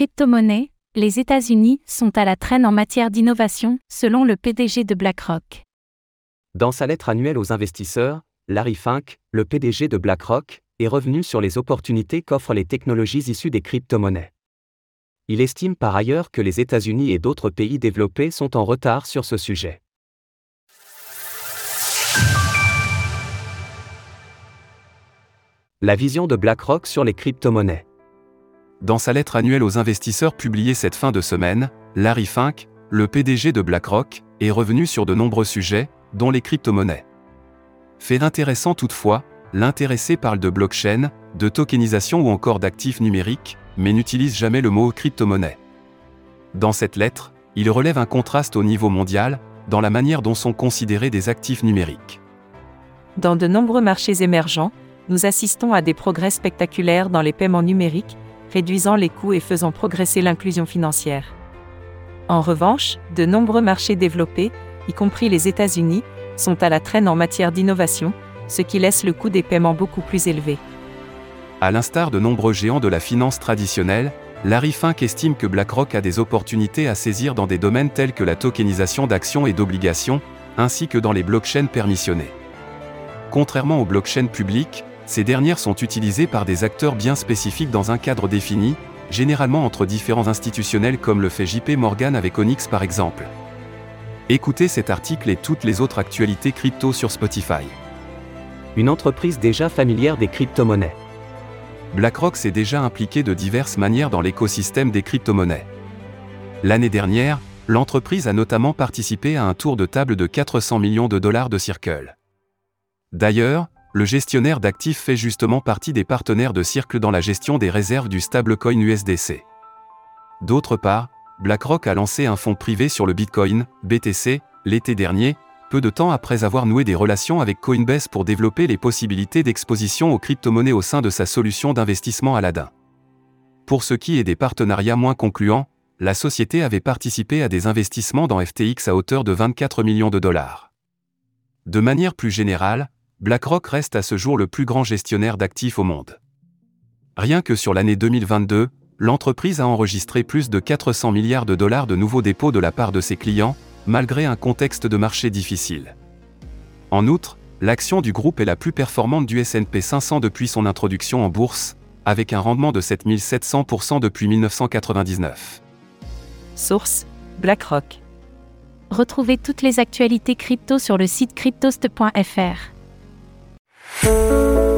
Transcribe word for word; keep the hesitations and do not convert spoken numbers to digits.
Crypto-monnaie, les États-Unis sont à la traîne en matière d'innovation, selon le P D G de BlackRock. Dans sa lettre annuelle aux investisseurs, Larry Fink, le P D G de BlackRock, est revenu sur les opportunités qu'offrent les technologies issues des crypto-monnaies. Il estime par ailleurs que les États-Unis et d'autres pays développés sont en retard sur ce sujet. La vision de BlackRock sur les crypto-monnaies. Dans sa lettre annuelle aux investisseurs publiée cette fin de semaine, Larry Fink, le P D G de BlackRock, est revenu sur de nombreux sujets, dont les crypto-monnaies. Fait intéressant toutefois, l'intéressé parle de blockchain, de tokenisation ou encore d'actifs numériques, mais n'utilise jamais le mot crypto-monnaie. Dans cette lettre, il relève un contraste au niveau mondial, dans la manière dont sont considérés des actifs numériques. Dans de nombreux marchés émergents, nous assistons à des progrès spectaculaires dans les paiements numériques, réduisant les coûts et faisant progresser l'inclusion financière. En revanche, de nombreux marchés développés, y compris les États-Unis, sont à la traîne en matière d'innovation, ce qui laisse le coût des paiements beaucoup plus élevé. À l'instar de nombreux géants de la finance traditionnelle, Larry Fink estime que BlackRock a des opportunités à saisir dans des domaines tels que la tokenisation d'actions et d'obligations, ainsi que dans les blockchains permissionnées. Contrairement aux blockchains publiques, ces dernières sont utilisées par des acteurs bien spécifiques dans un cadre défini, généralement entre différents institutionnels comme le fait J P Morgan avec Onyx par exemple. Écoutez cet article et toutes les autres actualités crypto sur Spotify. Une entreprise déjà familière des crypto-monnaies. BlackRock s'est déjà impliqué de diverses manières dans l'écosystème des crypto-monnaies. L'année dernière, l'entreprise a notamment participé à un tour de table de quatre cents millions de dollars de Circle. D'ailleurs, le gestionnaire d'actifs fait justement partie des partenaires de Circle dans la gestion des réserves du stablecoin U S D C. D'autre part, BlackRock a lancé un fonds privé sur le Bitcoin, B T C, l'été dernier, peu de temps après avoir noué des relations avec Coinbase pour développer les possibilités d'exposition aux crypto-monnaies au sein de sa solution d'investissement Aladdin. Pour ce qui est des partenariats moins concluants, la société avait participé à des investissements dans F T X à hauteur de vingt-quatre millions de dollars. De manière plus générale, BlackRock reste à ce jour le plus grand gestionnaire d'actifs au monde. Rien que sur l'année deux mille vingt-deux, l'entreprise a enregistré plus de quatre cents milliards de dollars de nouveaux dépôts de la part de ses clients, malgré un contexte de marché difficile. En outre, l'action du groupe est la plus performante du S and P cinq cents depuis son introduction en bourse, avec un rendement de sept mille sept cents pour cent depuis mille neuf cent quatre-vingt-dix-neuf. Source: BlackRock. Retrouvez toutes les actualités crypto sur le site cryptost point f r.